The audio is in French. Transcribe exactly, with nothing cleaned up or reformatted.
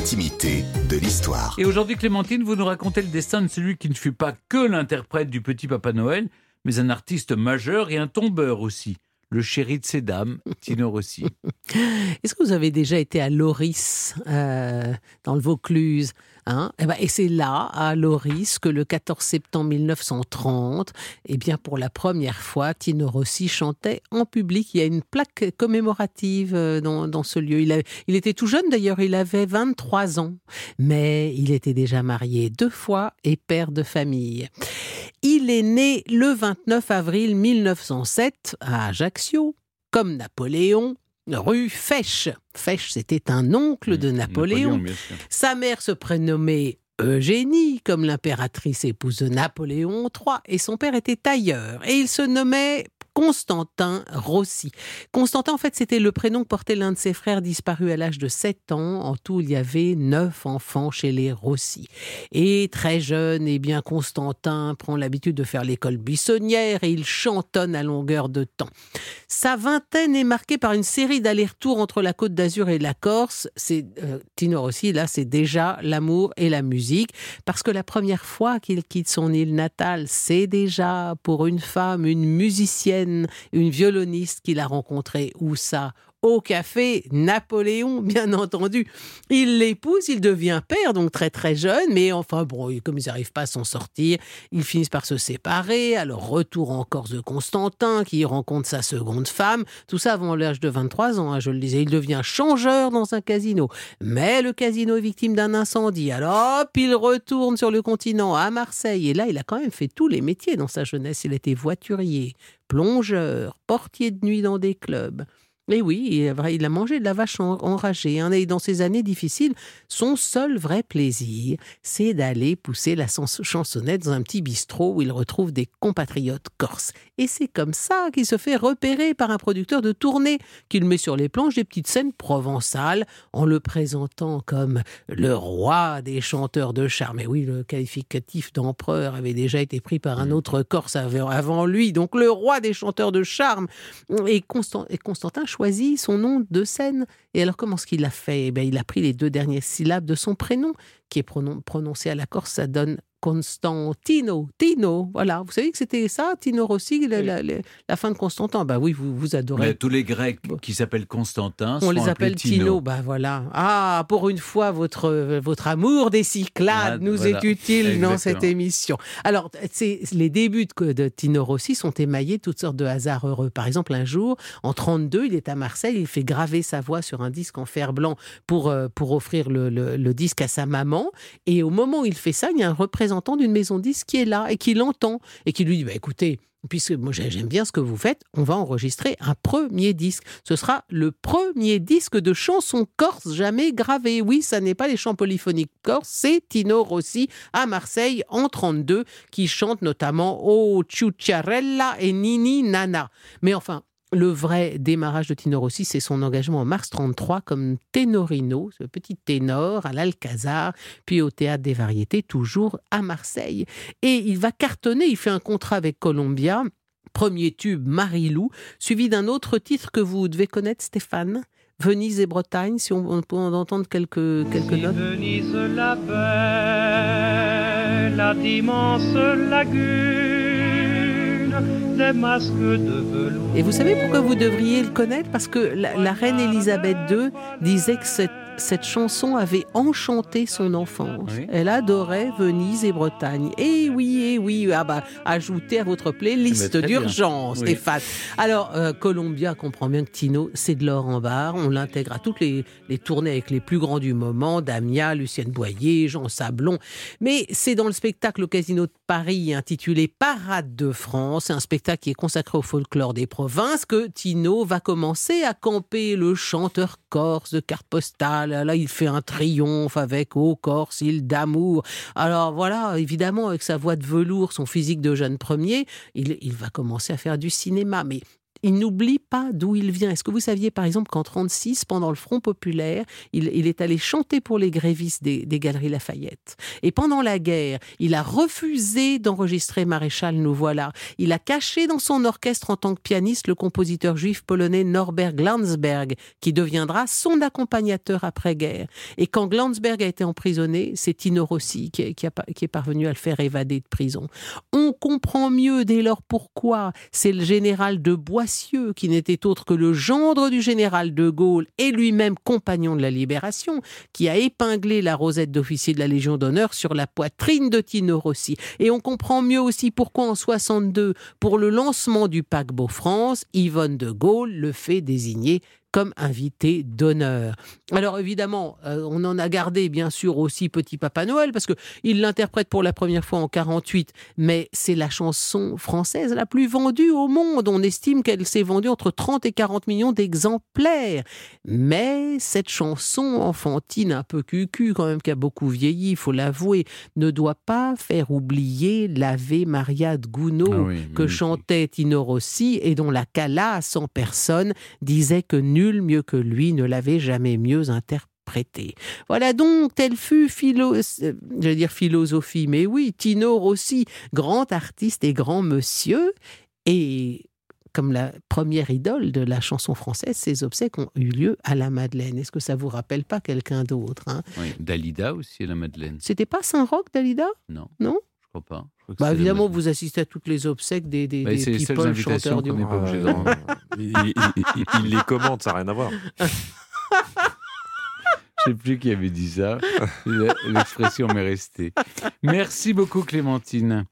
l'intimité de l'histoire. Et aujourd'hui, Clémentine, vous nous racontez le destin de celui qui ne fut pas que l'interprète du petit Papa Noël, mais un artiste majeur et un tombeur aussi. Le chéri de ces dames, Tino Rossi. Est-ce que vous avez déjà été à Loris, euh, dans le Vaucluse, hein? Et, ben, et c'est là, à Loris, que le quatorze septembre mille neuf cent trente, eh bien, pour la première fois, Tino Rossi chantait en public. Il y a une plaque commémorative dans, dans ce lieu. Il, avait, il était tout jeune d'ailleurs, il avait vingt-trois ans, mais il était déjà marié deux fois et père de famille. Il est né le vingt-neuf avril mille neuf cent sept à Ajaccio, comme Napoléon, rue Fesch. Fesch, c'était un oncle de Napoléon. Napoléon, bien sûr. Sa mère se prénommait Eugénie, comme l'impératrice épouse de Napoléon trois, et son père était tailleur. Et il se nommait Constantin Rossi. Constantin, en fait, c'était le prénom que portait l'un de ses frères disparu à l'âge de sept ans. En tout, il y avait neuf enfants chez les Rossi. Et très jeune, eh bien, Constantin prend l'habitude de faire l'école buissonnière et il chantonne à longueur de temps. Sa vingtaine est marquée par une série d'allers-retours entre la Côte d'Azur et la Corse. C'est, euh, Tino Rossi, là, c'est déjà l'amour et la musique. Parce que la première fois qu'il quitte son île natale, c'est déjà pour une femme, une musicienne, une violoniste qu'il a rencontrée. Où ça ? Au café Napoléon, bien entendu. Il l'épouse, il devient père, donc très très jeune, mais enfin bon, comme ils n'arrivent pas à s'en sortir, ils finissent par se séparer. Alors retour en Corse de Constantin, qui rencontre sa seconde femme, tout ça avant l'âge de vingt-trois ans, hein, je le disais. Il devient changeur dans un casino, mais le casino est victime d'un incendie. Alors hop, il retourne sur le continent, à Marseille, et là il a quand même fait tous les métiers dans sa jeunesse. Il était voiturier, plongeur, portier de nuit dans des clubs. Et oui, il a mangé de la vache enragée. Hein, et dans ces années difficiles, son seul vrai plaisir, c'est d'aller pousser la chansonnette dans un petit bistrot où il retrouve des compatriotes corses. Et c'est comme ça qu'il se fait repérer par un producteur de tournée, qui le met sur les planches des petites scènes provençales en le présentant comme le roi des chanteurs de charme. Et oui, le qualificatif d'empereur avait déjà été pris par un autre Corse avant lui. Donc le roi des chanteurs de charme. Et, Constant, et Constantin choisi son nom de scène. Et alors, comment est-ce qu'il l'a fait ? Eh bien, il a pris les deux dernières syllabes de son prénom, qui est prononcé à la Corse, ça donne Constantino, Tino, voilà. Vous savez que c'était ça, Tino Rossi, la, la, la, la fin de Constantin. Bah oui, vous, vous adorez. Mais tous les Grecs qui s'appellent Constantin on sont les appelle Tino. Tino. Bah voilà. Ah, pour une fois, votre, votre amour des Cyclades ah, nous voilà. est utile Exactement. Dans cette émission. Alors, c'est, les débuts de, de Tino Rossi sont émaillés de toutes sortes de hasards heureux. Par exemple, un jour, en trente-deux, il est à Marseille, il fait graver sa voix sur un disque en fer blanc pour, pour offrir le, le, le disque à sa maman. Et au moment où il fait ça, il y a un représentant d'une maison de disques qui est là et qui l'entend et qui lui dit bah, « Écoutez, puisque moi j'aime bien ce que vous faites, on va enregistrer un premier disque. Ce sera le premier disque de chansons corses jamais gravé. Oui, ça n'est pas les chants polyphoniques corses, c'est Tino Rossi à Marseille en trente-deux qui chante notamment « Oh, Ciucciarella et Nini Nana ». Mais enfin, le vrai démarrage de Tino Rossi, c'est son engagement en mars trente-trois comme ténorino, ce petit ténor à l'Alcazar, puis au Théâtre des Variétés, toujours à Marseille. Et il va cartonner, il fait un contrat avec Columbia, premier tube Marilou, suivi d'un autre titre que vous devez connaître, Stéphane, Venise et Bretagne, si on, on peut en entendre quelques, quelques si notes. Venise la belle, la d'immense lagune, des masques de velours. Et vous savez pourquoi vous devriez le connaître ? Parce que la, la reine Élisabeth deux disait que cette, cette chanson avait enchanté son enfance. Oui. Elle adorait Venise et Bretagne. Et oui, et oui, ah bah, ajoutez à votre playlist d'urgence, oui. Stéphane. Alors, euh, Columbia comprend bien que Tino, c'est de l'or en barre. On l'intègre à toutes les, les tournées avec les plus grands du moment, Damia, Lucienne Boyer, Jean Sablon. Mais c'est dans le spectacle au Casino de Paris, intitulé Parade de France, un spectacle qui est consacré au folklore des provinces, que Tino va commencer à camper le chanteur corse de carte postale. Là, il fait un triomphe avec « Oh Corse, île d'amour ». Alors voilà, évidemment, avec sa voix de velours, son physique de jeune premier, il, il va commencer à faire du cinéma. Mais il n'oublie pas d'où il vient. Est-ce que vous saviez, par exemple, qu'en trente-six, pendant le Front populaire, il, il est allé chanter pour les grévistes des, des Galeries Lafayette. Et pendant la guerre, il a refusé d'enregistrer Maréchal Nous voilà. Il a caché dans son orchestre en tant que pianiste le compositeur juif polonais Norbert Glanzberg, qui deviendra son accompagnateur après-guerre. Et quand Glanzberg a été emprisonné, c'est Tino Rossi qui, qui, a, qui est parvenu à le faire évader de prison. On comprend mieux dès lors pourquoi c'est le général de Boissieu, qui n'était autre que le gendre du général de Gaulle et lui-même compagnon de la Libération, qui a épinglé la rosette d'officier de la Légion d'honneur sur la poitrine de Tino Rossi. Et on comprend mieux aussi pourquoi en soixante-deux, pour le lancement du paquebot France, Yvonne de Gaulle le fait désigner comme invité d'honneur. Alors évidemment, euh, on en a gardé bien sûr aussi Petit Papa Noël, parce qu'il l'interprète pour la première fois en quarante-huit, mais c'est la chanson française la plus vendue au monde. On estime qu'elle s'est vendue entre trente et quarante millions d'exemplaires. Mais cette chanson enfantine, un peu cucu quand même, qui a beaucoup vieilli, il faut l'avouer, ne doit pas faire oublier l'Ave Maria de Gounod, ah oui, que chantait Tino Rossi et dont la Calas en personne disait que nul Nul mieux que lui ne l'avait jamais mieux interprété. Voilà donc, telle fut philo... je veux dire philosophie, mais oui, Tino Rossi, grand artiste et grand monsieur, et comme la première idole de la chanson française, ses obsèques ont eu lieu à la Madeleine. Est-ce que ça vous rappelle pas quelqu'un d'autre, hein? Oui, Dalida aussi à la Madeleine. C'était pas Saint-Roch, Dalida? Non. Non? Je crois pas. Je crois que Bah c'est évidemment, la vous assistez à toutes les obsèques des, des, Bah, des c'est les seules people invitations chanteurs du qu'on n'est monde. pas obligé de Ah, rendre. il, il- il- il les commente, ça n'a rien à voir. Je ne sais plus qui avait dit ça. L'expression m'est restée. Merci beaucoup Clémentine.